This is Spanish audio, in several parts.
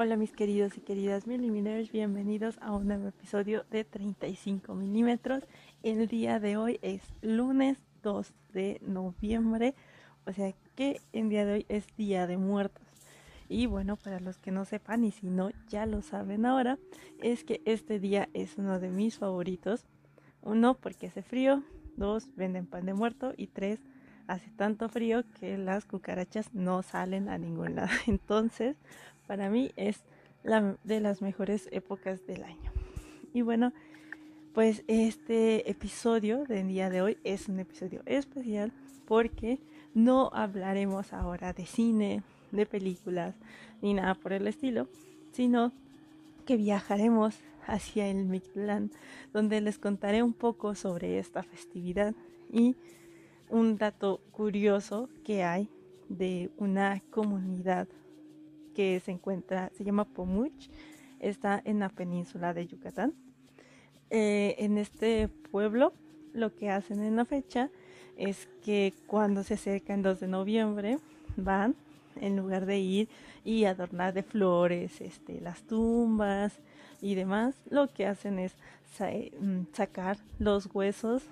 Hola mis queridos y queridas Millimeters, bienvenidos a un nuevo episodio de 35 milímetros. El día de hoy es lunes 2 de noviembre, o sea que el día de hoy es Día de Muertos. Y bueno, para los que no sepan y si no ya lo saben ahora, es que este día es uno de mis favoritos. Uno, porque hace frío, dos, venden pan de muerto y tres, hace tanto frío que las cucarachas no salen a ningún lado. Entonces, para mí es de las mejores épocas del año. Y bueno, pues este episodio del día de hoy es un episodio especial porque no hablaremos ahora de cine, de películas, ni nada por el estilo, sino que viajaremos hacia el Mictlán, donde les contaré un poco sobre esta festividad y un dato curioso que hay de una comunidad que se llama Pomuch, está en la península de Yucatán. En este pueblo lo que hacen en la fecha es que cuando se acerca el 2 de noviembre van, en lugar de ir y adornar de flores las tumbas y demás, lo que hacen es sacar los huesos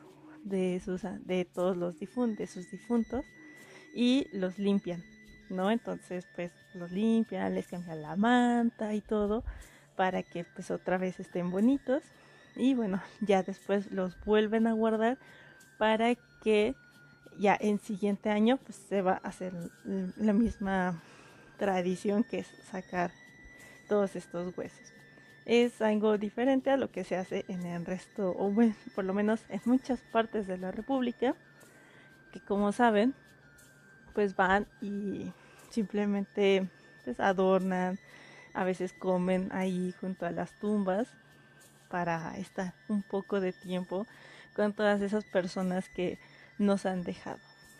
de todos de sus difuntos y los limpian, ¿no? Entonces pues los limpian, les cambian la manta y todo para que pues otra vez estén bonitos y bueno, ya después los vuelven a guardar para que ya en siguiente año pues se va a hacer la misma tradición que es sacar todos estos huesos. Es algo diferente a lo que se hace en el resto, o bueno, por lo menos en muchas partes de la República, que como saben, pues van y simplemente pues adornan, a veces comen ahí junto a las tumbas para estar un poco de tiempo con todas esas personas que nos han dejado.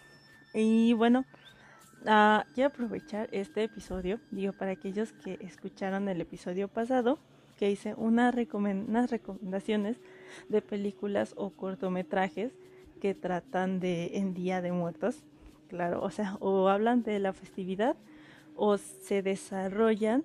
Y bueno, quiero aprovechar este episodio, digo, para aquellos que escucharon el episodio pasado, que hice unas recomendaciones de películas o cortometrajes que tratan de en Día de Muertos, claro, o sea, o hablan de la festividad o se desarrollan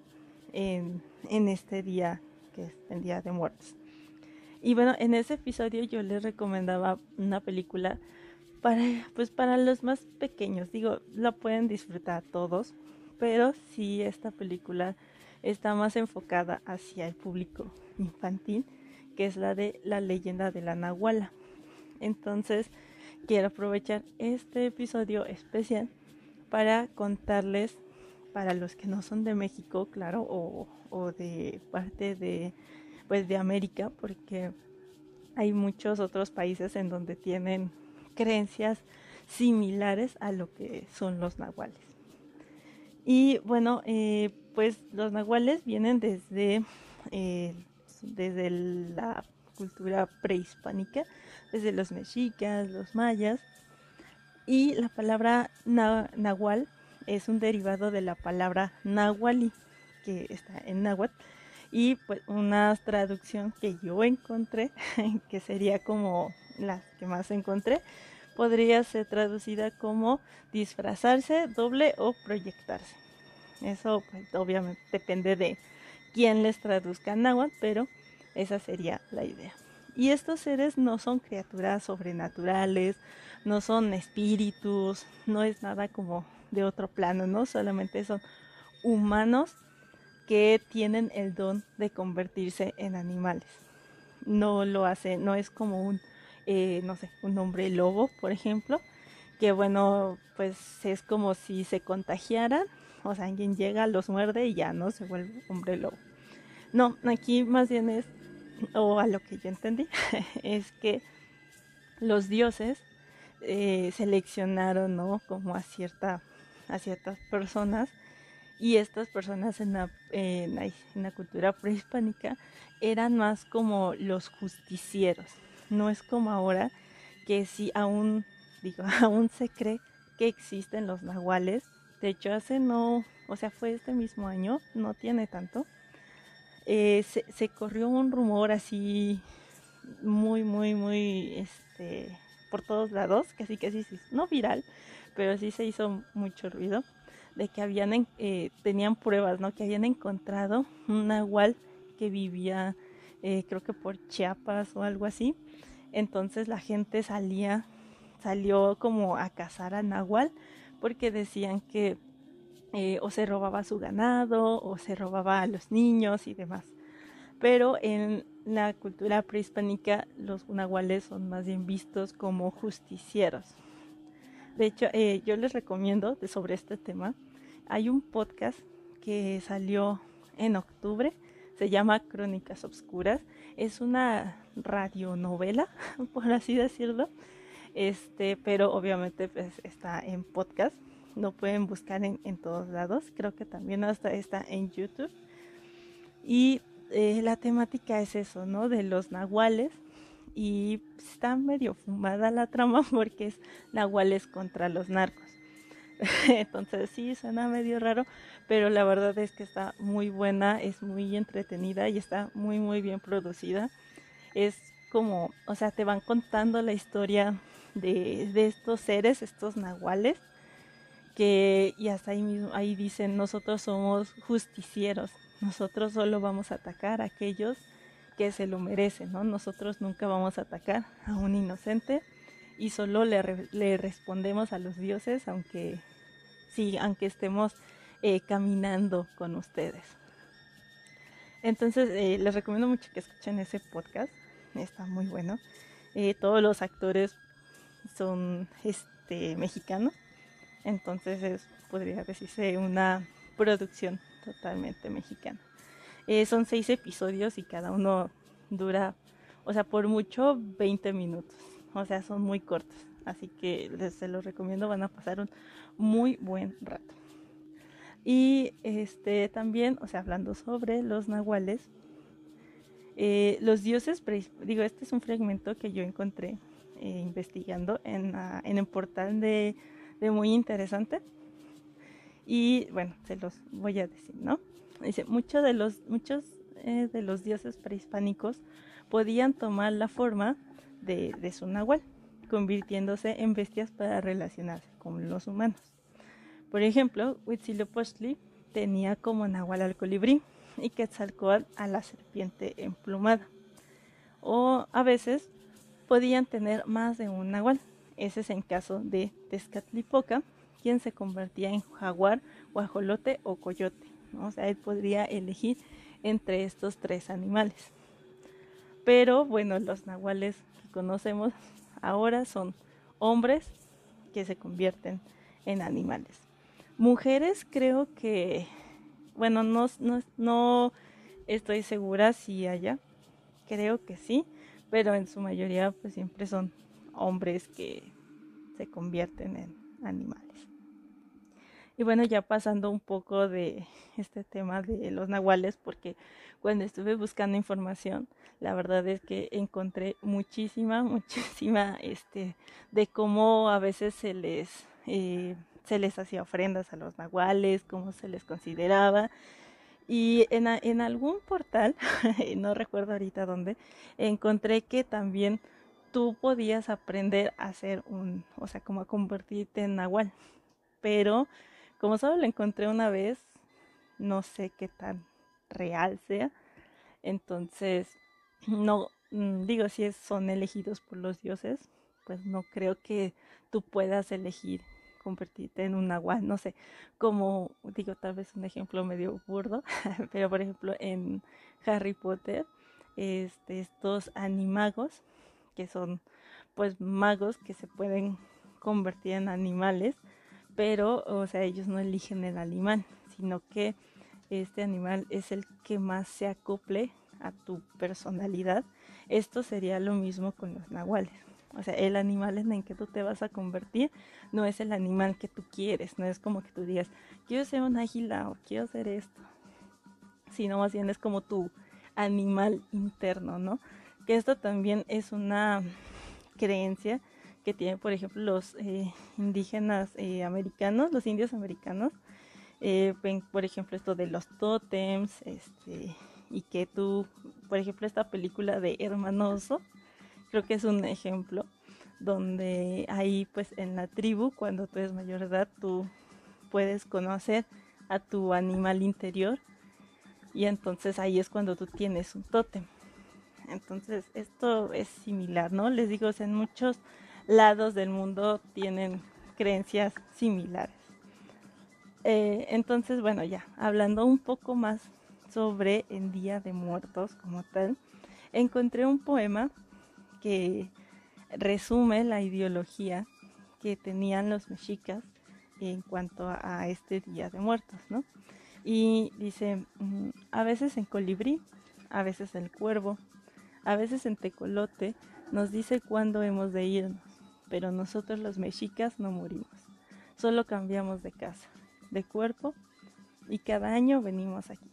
en este día que es el Día de Muertos. Y bueno, en ese episodio yo les recomendaba una película para, pues para los más pequeños. Digo, la pueden disfrutar todos, pero sí esta película está más enfocada hacia el público infantil, que es la de La leyenda de la Nahuala. Entonces, quiero aprovechar este episodio especial para contarles, para los que no son de México, claro, o de parte de, pues de América, porque hay muchos otros países en donde tienen creencias similares a lo que son los nahuales. Y bueno, pues los nahuales vienen eh, desde la cultura prehispánica, desde los mexicas, los mayas, y la palabra nahual es un derivado de la palabra nahuali, que está en náhuatl, y pues una traducción que yo encontré, que sería como las que más encontré, podría ser traducida como disfrazarse, doble o proyectarse. Eso pues obviamente depende de quién les traduzca en náhuatl, pero esa sería la idea. Y estos seres no son criaturas sobrenaturales, no son espíritus, no es nada como de otro plano, ¿no? Solamente son humanos que tienen el don de convertirse en animales. No lo hace, no es como no sé, un hombre lobo, por ejemplo, que bueno, pues es como si se contagiaran, o sea, alguien llega, los muerde y ya no se vuelve hombre lobo. No, aquí más bien es, o a lo que yo entendí, es que los dioses seleccionaron, ¿no? Como a ciertas personas y estas personas en la cultura prehispánica eran más como los justicieros. No es como ahora que sí aún, digo, aún se cree que existen los nahuales. De hecho, hace no, o sea, fue este mismo año, no tiene tanto. Se corrió un rumor así muy, por todos lados, casi, sí, no viral, pero sí se hizo mucho ruido, de que tenían pruebas, ¿no? Que habían encontrado un nahual que vivía, creo que por Chiapas o algo así. Entonces la gente salió como a cazar al nahual porque decían que o se robaba su ganado o se robaba a los niños y demás. Pero en la cultura prehispánica los nahuales son más bien vistos como justicieros. De hecho, yo les recomiendo sobre este tema. Hay un podcast que salió en octubre, se llama Crónicas Obscuras. Es una radionovela, por así decirlo, pero obviamente pues, está en podcast. Lo pueden buscar en todos lados. Creo que también hasta está en YouTube. Y la temática es eso, ¿no? De los nahuales. Y está medio fumada la trama porque es nahuales contra los narcos. Entonces sí, suena medio raro, pero la verdad es que está muy buena, es muy entretenida y está muy muy bien producida. Es como, o sea, te van contando la historia de estos seres, estos nahuales, y hasta ahí mismo, ahí dicen, nosotros somos justicieros, nosotros solo vamos a atacar a aquellos que se lo merecen, ¿no? Nosotros nunca vamos a atacar a un inocente y solo le respondemos a los dioses, aunque estemos caminando con ustedes. Entonces, les recomiendo mucho que escuchen ese podcast, está muy bueno. Todos los actores son mexicanos, entonces podría decirse una producción totalmente mexicana. Son 6 episodios y cada uno dura, o sea, por mucho 20 minutos. O sea, son muy cortos. Así que se los recomiendo, van a pasar un muy buen rato. Y también, o sea, hablando sobre los nahuales, los dioses, este es un fragmento que yo encontré investigando en el portal de Muy Interesante. Y bueno, se los voy a decir, ¿no? Dice, muchos de los dioses prehispánicos podían tomar la forma de su nahual, convirtiéndose en bestias para relacionarse con los humanos. Por ejemplo, Huitzilopochtli tenía como nahual al colibrí y Quetzalcóatl a la serpiente emplumada. O a veces podían tener más de un nahual. Ese es en caso de Tezcatlipoca, quien se convertía en jaguar, guajolote o coyote, ¿no? O sea, él podría elegir entre estos 3 animales. Pero bueno, los nahuales que conocemos ahora son hombres que se convierten en animales. Mujeres creo que, bueno, no estoy segura si haya, creo que sí, pero en su mayoría pues siempre son hombres que se convierten en animales. Y bueno, ya pasando un poco de este tema de los nahuales, porque cuando estuve buscando información, la verdad es que encontré muchísima, de cómo a veces se les hacía ofrendas a los nahuales, cómo se les consideraba. Y en algún portal, no recuerdo ahorita dónde, encontré que también tú podías aprender a hacer o sea, como a convertirte en nahual. Pero como solo lo encontré una vez, no sé qué tan real sea. Entonces, no, digo, si son elegidos por los dioses, pues no creo que tú puedas elegir convertirte en un nahual, no sé, como digo, tal vez un ejemplo medio burdo, pero por ejemplo en Harry Potter, estos animagos, que son pues magos que se pueden convertir en animales, pero, o sea, ellos no eligen el animal, sino que este animal es el que más se acople a tu personalidad. Esto sería lo mismo con los nahuales. O sea, el animal en el que tú te vas a convertir no es el animal que tú quieres, no es como que tú digas, quiero ser un águila o quiero ser esto, sino más bien es como tu animal interno, ¿no? Que esto también es una creencia que tienen, por ejemplo, los indígenas americanos, los indios americanos, ven, por ejemplo, esto de los tótems, y que tú, por ejemplo, esta película de Hermanoso, creo que es un ejemplo donde ahí, pues, en la tribu, cuando tú eres mayor de edad, tú puedes conocer a tu animal interior y entonces ahí es cuando tú tienes un tótem. Entonces esto es similar, ¿no? Les digo, en muchos lados del mundo tienen creencias similares. Entonces, bueno, ya hablando un poco más sobre el Día de Muertos como tal, encontré un poema que resume la ideología que tenían los mexicas en cuanto a este Día de Muertos, ¿no? Y dice, a veces en colibrí, a veces el cuervo, a veces en tecolote nos dice cuándo hemos de irnos, pero nosotros los mexicas no morimos, solo cambiamos de casa, de cuerpo, y cada año venimos aquí.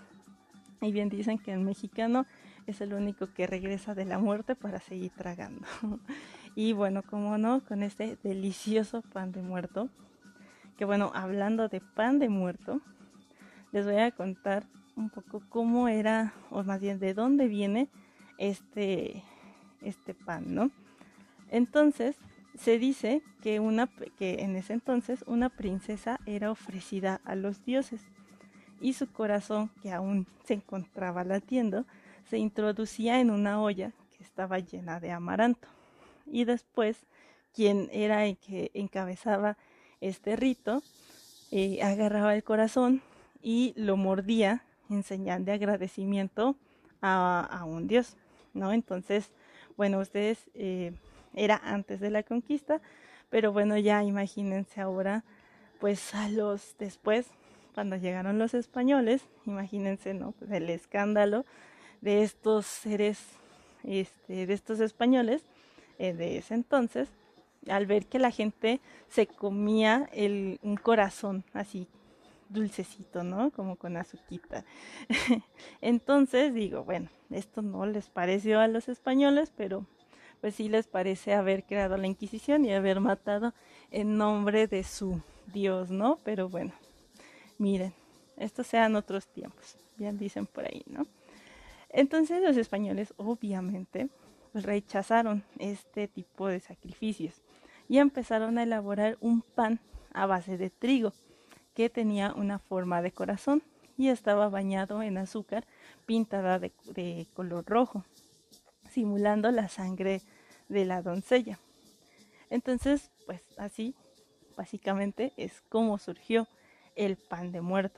Y bien dicen que el mexicano es el único que regresa de la muerte para seguir tragando. Y bueno, como no, con este delicioso pan de muerto, que bueno, hablando de pan de muerto, les voy a contar un poco cómo era, o más bien de dónde viene este pan, ¿no? Entonces, se dice que en ese entonces una princesa era ofrecida a los dioses y su corazón, que aún se encontraba latiendo, se introducía en una olla que estaba llena de amaranto. Y después, quien era el que encabezaba este rito, agarraba el corazón y lo mordía en señal de agradecimiento a un dios, ¿no? Entonces, bueno, ustedes era antes de la conquista, pero bueno, ya imagínense ahora, pues a los después, cuando llegaron los españoles, imagínense, ¿no? Pues el escándalo de estos seres, de estos españoles de ese entonces, al ver que la gente se comía un corazón así dulcecito, ¿no? Como con azuquita. Entonces digo, bueno, esto no les pareció a los españoles, pero pues sí les parece haber creado la Inquisición y haber matado en nombre de su Dios, ¿no? Pero bueno, miren, estos eran otros tiempos, bien dicen por ahí, ¿no? Entonces los españoles obviamente pues, rechazaron este tipo de sacrificios y empezaron a elaborar un pan a base de trigo que tenía una forma de corazón y estaba bañado en azúcar pintada de color rojo, simulando la sangre de la doncella. Entonces, pues así, básicamente es como surgió el pan de muerto.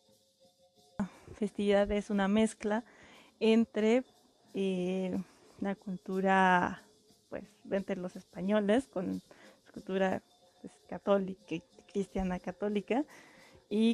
La festividad es una mezcla entre eh, la cultura, pues, entre los españoles con la cultura pues, católica, cristiana católica, y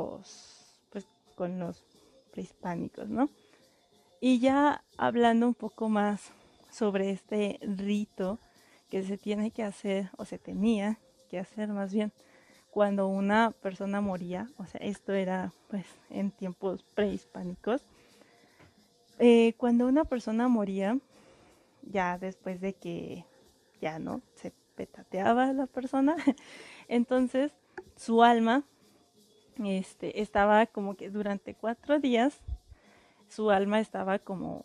con los prehispánicos, ¿no? Y ya hablando un poco más sobre este rito que se tiene que hacer, o se tenía que hacer más bien, cuando una persona moría, o sea, esto era pues en tiempos prehispánicos, cuando una persona moría, ya después de que ya no se petateaba la persona, entonces su alma estaba como que durante 4 días su alma estaba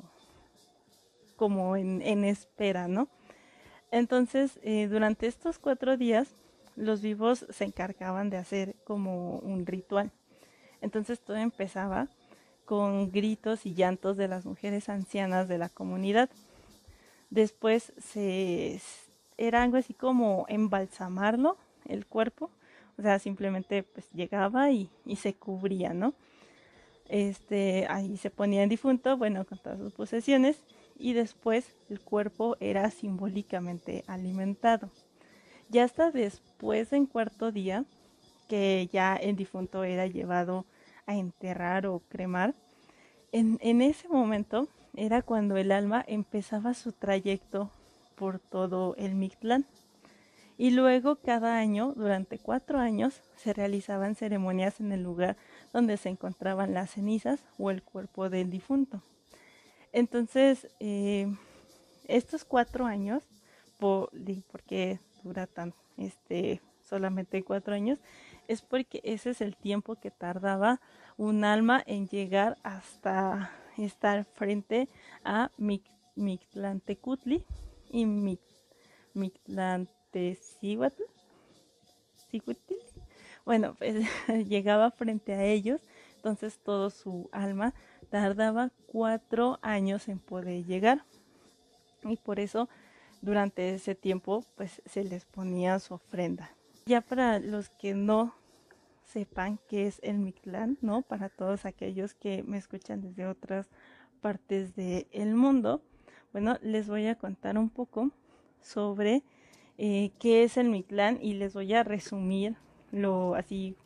como en espera, ¿no? Entonces, durante estos 4 días, los vivos se encargaban de hacer como un ritual. Entonces todo empezaba con gritos y llantos de las mujeres ancianas de la comunidad. Después era algo así como embalsamarlo, el cuerpo. O sea, simplemente pues llegaba y se cubría, ¿no? Ahí se ponía en difunto, bueno, con todas sus posesiones, y después el cuerpo era simbólicamente alimentado. Ya hasta después, en cuarto día, que ya el difunto era llevado a enterrar o cremar, en ese momento era cuando el alma empezaba su trayecto por todo el Mictlán. Y luego cada año, durante 4 años, se realizaban ceremonias en el lugar donde se encontraban las cenizas o el cuerpo del difunto. Entonces, estos 4 años, porque dura solamente 4 años, es porque ese es el tiempo que tardaba un alma en llegar hasta estar frente a Mictlantecutli y Mictlantecihuatl, Bueno, pues llegaba frente a ellos, entonces todo su alma tardaba 4 años en poder llegar y por eso durante ese tiempo pues se les ponía su ofrenda. Ya para los que no sepan qué es el Mictlán, ¿no? Para todos aquellos que me escuchan desde otras partes del mundo, bueno, les voy a contar un poco sobre qué es el Mictlán y les voy a resumir lo así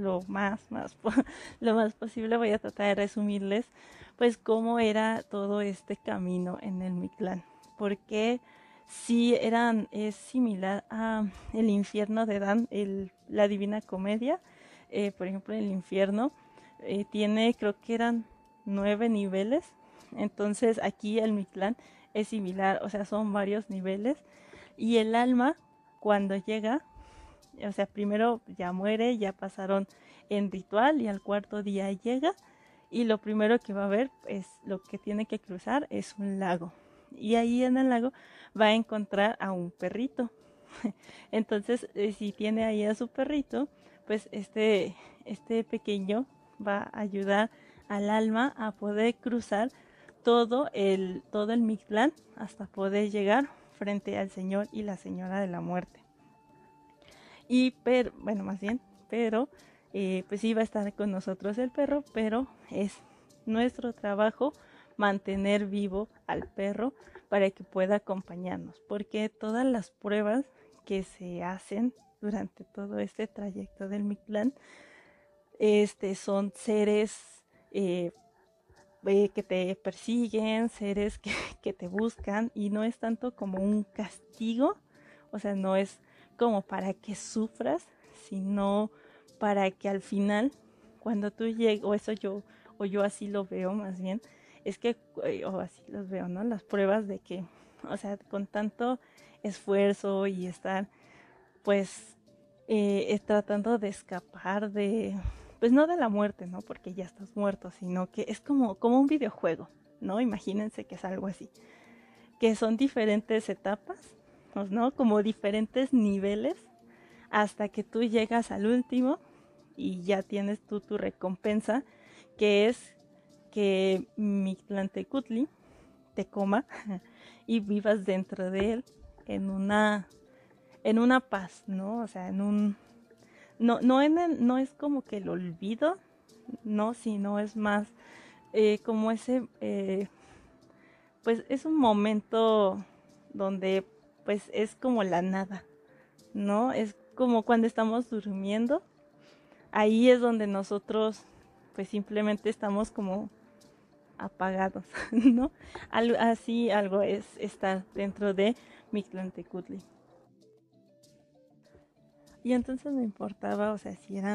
lo más posible. Voy a tratar de resumirles pues cómo era todo este camino en el Mictlán, porque sí es similar a el infierno de Dan, la Divina Comedia. Por ejemplo, el infierno tiene, creo que eran 9 niveles. Entonces aquí el Mictlán es similar, o sea, son varios niveles. Y el alma, cuando llega, o sea, primero ya muere, ya pasaron en ritual y al cuarto día llega. Y lo primero que va a ver es lo que tiene que cruzar es un lago. Y ahí en el lago va a encontrar a un perrito. Entonces, si tiene ahí a su perrito, pues este pequeño va a ayudar al alma a poder cruzar todo el Mictlán hasta poder llegar frente al Señor y la Señora de la Muerte. Bueno, más bien, pero pues sí va a estar con nosotros el perro, pero es nuestro trabajo mantener vivo al perro para que pueda acompañarnos, porque todas las pruebas que se hacen durante todo este trayecto del Mictlán, son seres que te persiguen, seres que te buscan y no es tanto como un castigo, o sea, no es como para que sufras, sino para que al final, cuando tú llegues, o yo así lo veo más bien, es que, o así los veo, ¿no? Las pruebas de que, o sea, con tanto esfuerzo y estar, pues, tratando de escapar pues no de la muerte, ¿no? Porque ya estás muerto, sino que es como un videojuego, ¿no? Imagínense que es algo así, que son diferentes etapas, ¿no? Como diferentes niveles hasta que tú llegas al último y ya tienes tú tu recompensa, que es que Mictlantecutli te coma y vivas dentro de él en una paz, ¿no? O sea, no es como que el olvido, no, sino es más como pues es un momento donde pues es como la nada, ¿no? Es como cuando estamos durmiendo, ahí es donde nosotros pues simplemente estamos como apagados, ¿no? Así algo es estar dentro de Mictlantecutli. Y entonces me importaba, o sea,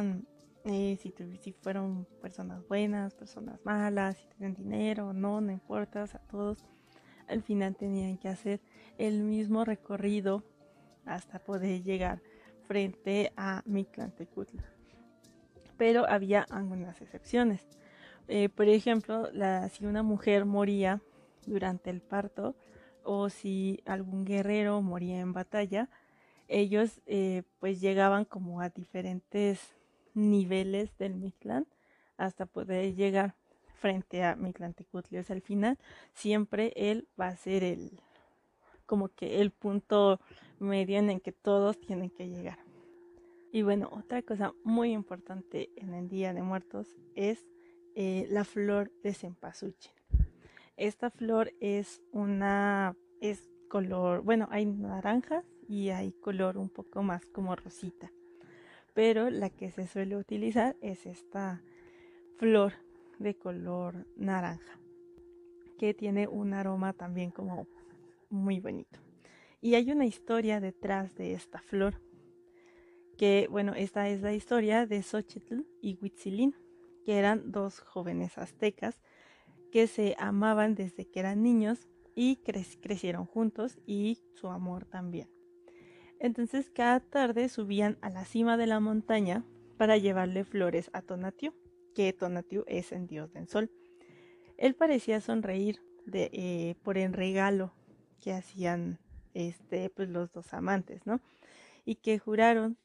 si fueron personas buenas, personas malas, si tenían dinero o no, no importa, o sea, todos al final tenían que hacer el mismo recorrido hasta poder llegar frente a Mictlantecutli. Pero había algunas excepciones. Por ejemplo, si una mujer moría durante el parto o si algún guerrero moría en batalla, ellos pues llegaban como a diferentes niveles del Mictlán hasta poder llegar frente a Mictlantecutli. O sea, al final siempre él va a ser como que el punto medio en el que todos tienen que llegar. Y bueno, otra cosa muy importante en el Día de Muertos es la flor de cempasúchil. Esta flor es color, bueno, hay naranjas y hay color un poco más como rosita, pero la que se suele utilizar es esta flor de color naranja, que tiene un aroma también como muy bonito. Y hay una historia detrás de esta flor, que bueno, esta es la historia de Xochitl y Huitzilin, que eran dos jóvenes aztecas que se amaban desde que eran niños y crecieron juntos y su amor también. Entonces cada tarde subían a la cima de la montaña para llevarle flores a Tonatiuh, que Tonatiuh es el dios del sol. Él parecía sonreír por el regalo que hacían pues los dos amantes, ¿no? Y que juraron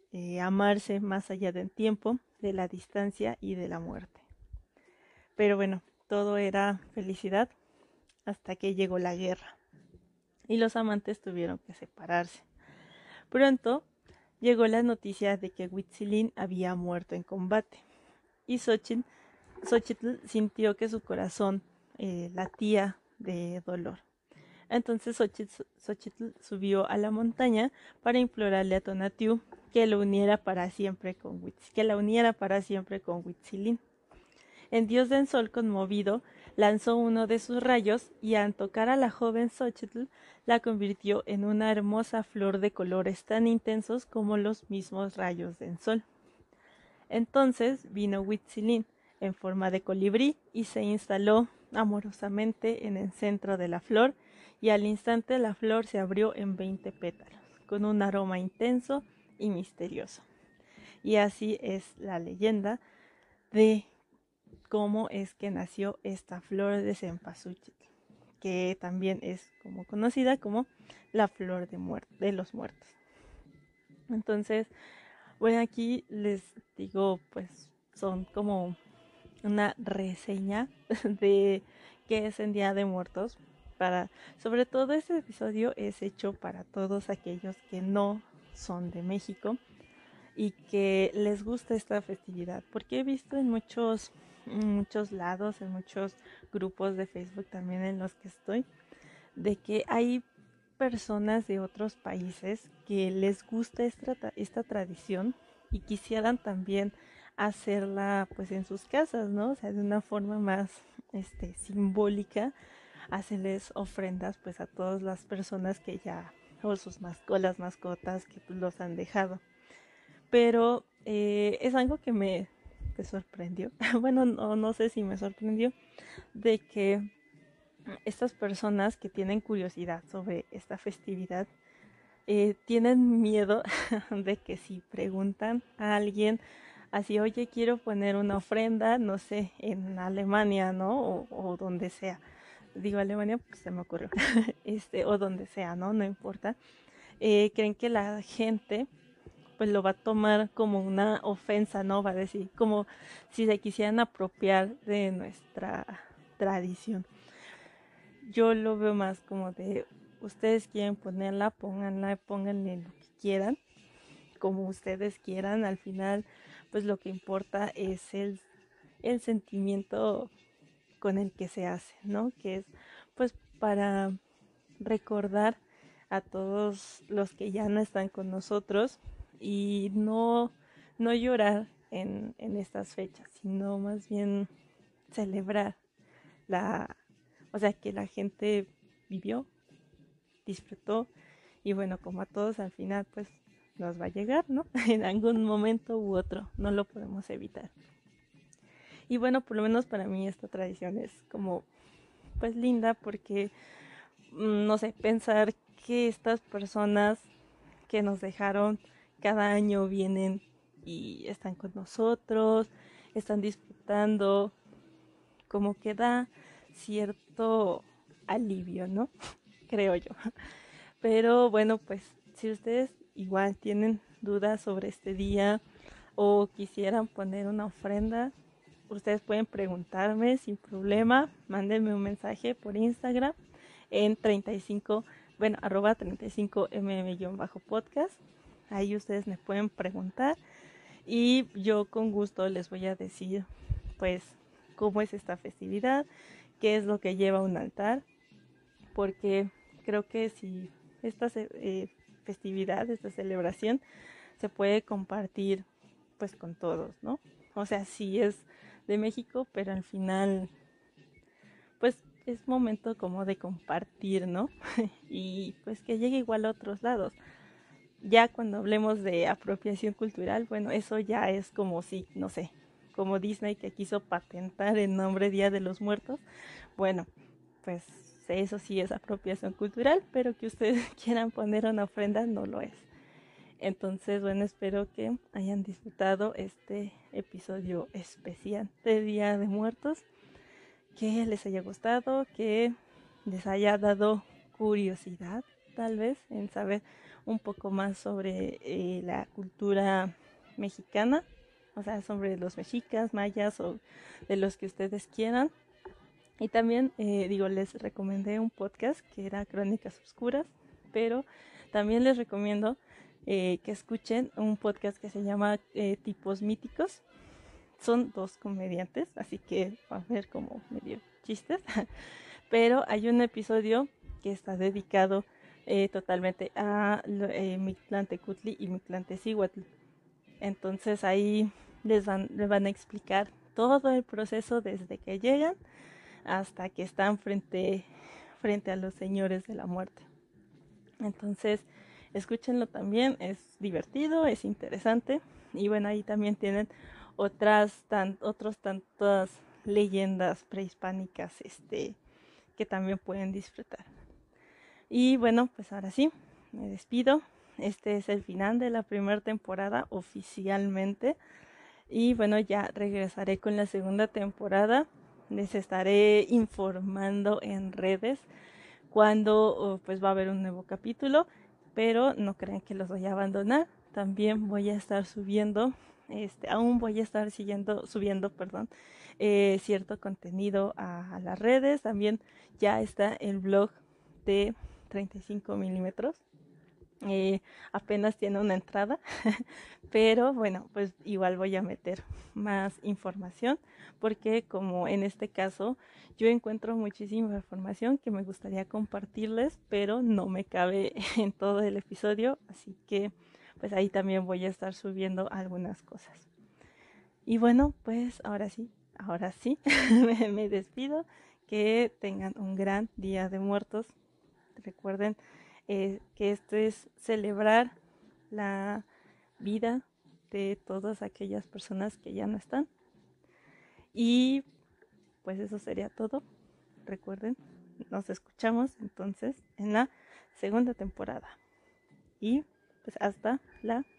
amarse más allá del tiempo, de la distancia y de la muerte. Pero bueno, todo era felicidad hasta que llegó la guerra y los amantes tuvieron que separarse. Pronto llegó la noticia de que Huitzilin había muerto en combate y Xochitl sintió que su corazón latía de dolor. Entonces Xochitl subió a la montaña para implorarle a Tonatiuh que lo uniera para siempre con Huitzilin. El dios del sol, conmovido, lanzó uno de sus rayos y al tocar a la joven Xochitl la convirtió en una hermosa flor de colores tan intensos como los mismos rayos del sol. Entonces vino Huitzilin en forma de colibrí y se instaló amorosamente en el centro de la flor, y al instante la flor se abrió en 20 pétalos, con un aroma intenso y misterioso. Y así es la leyenda de cómo es que nació esta flor de cempasúchil, que también es como conocida como la flor de los muertos. Entonces, bueno, aquí les digo, pues son como una reseña de qué es el Día de Muertos. Sobre todo este episodio es hecho para todos aquellos que no son de México y que les gusta esta festividad, porque he visto en muchos lados, en muchos grupos de Facebook también en los que estoy, de que hay personas de otros países que les gusta esta tradición y quisieran también hacerla pues en sus casas, ¿no? O sea, de una forma más simbólica, hacerles ofrendas pues a todas las personas que ya, o las mascotas que pues, los han dejado. Pero es algo que me sorprendió. Bueno, no sé si me sorprendió, de que estas personas que tienen curiosidad sobre esta festividad tienen miedo de que si preguntan a alguien así, oye, quiero poner una ofrenda, no sé, en Alemania, ¿no? O donde sea. Digo Alemania porque se me ocurrió. O donde sea, ¿no? No importa. Creen que la gente pues lo va a tomar como una ofensa, ¿no? Va a decir, como si se quisieran apropiar de nuestra tradición. Yo lo veo más como de, ustedes quieren ponerla, pónganle lo que quieran, como ustedes quieran. Al final, pues lo que importa es el sentimiento con el que se hace, ¿no? Que es pues para recordar a todos los que ya no están con nosotros y no llorar en estas fechas, sino más bien celebrar o sea, que la gente vivió, disfrutó y bueno, como a todos al final pues nos va a llegar, ¿no? En algún momento u otro, no lo podemos evitar. Y bueno, por lo menos para mí esta tradición es como pues linda porque, no sé, pensar que estas personas que nos dejaron cada año vienen y están con nosotros, están disfrutando, como que da cierto alivio, ¿no? Creo yo. Pero bueno, pues si ustedes igual tienen dudas sobre este día o quisieran poner una ofrenda, ustedes pueden preguntarme sin problema. Mándenme un mensaje por Instagram en 35, bueno, arroba 35mm-podcast. Ahí ustedes me pueden preguntar y yo con gusto les voy a decir pues cómo es esta festividad, qué es lo que lleva un altar, porque creo que si esta festividad, esta celebración se puede compartir pues con todos, ¿no? O sea, sí es de México, pero al final pues es momento como de compartir, ¿no? Y pues que llegue igual a otros lados. Ya cuando hablemos de apropiación cultural, bueno, eso ya es como si, no sé, como Disney que quiso patentar el nombre Día de los Muertos. Bueno, pues eso sí es apropiación cultural, pero que ustedes quieran poner una ofrenda no lo es. Entonces, bueno, espero que hayan disfrutado este episodio especial de Día de Muertos, que les haya gustado, que les haya dado curiosidad tal vez en saber un poco más sobre la cultura mexicana, o sea, sobre los mexicas, mayas o de los que ustedes quieran. Y también, les recomendé un podcast que era Crónicas Oscuras, pero también les recomiendo que escuchen un podcast que se llama Tipos Míticos. Son dos comediantes, así que va a ver como medio chistes, pero hay un episodio que está dedicado totalmente a Mictlantecutli y Mictlantecíhuatl. Entonces ahí les van a explicar todo el proceso desde que llegan hasta que están frente a los señores de la muerte. Entonces, escúchenlo también, es divertido, es interesante. Y bueno, ahí también tienen otras tantas leyendas prehispánicas que también pueden disfrutar. Y bueno, pues ahora sí, me despido. Este es el final de la primera temporada oficialmente. Y bueno, ya regresaré con la segunda temporada. Les estaré informando en redes cuando pues va a haber un nuevo capítulo, pero no crean que los voy a abandonar. También voy a estar subiendo, aún voy a estar subiendo, cierto contenido a las redes. También ya está el blog de 35 milímetros. Apenas tiene una entrada, pero bueno, pues igual voy a meter más información porque como en este caso yo encuentro muchísima información que me gustaría compartirles, pero no me cabe en todo el episodio, así que pues ahí también voy a estar subiendo algunas cosas. Y bueno, pues ahora sí, me despido. Que tengan un gran Día de Muertos. Recuerden que esto es celebrar la vida de todas aquellas personas que ya no están. Y pues eso sería todo. Recuerden, nos escuchamos entonces en la segunda temporada. Y pues hasta la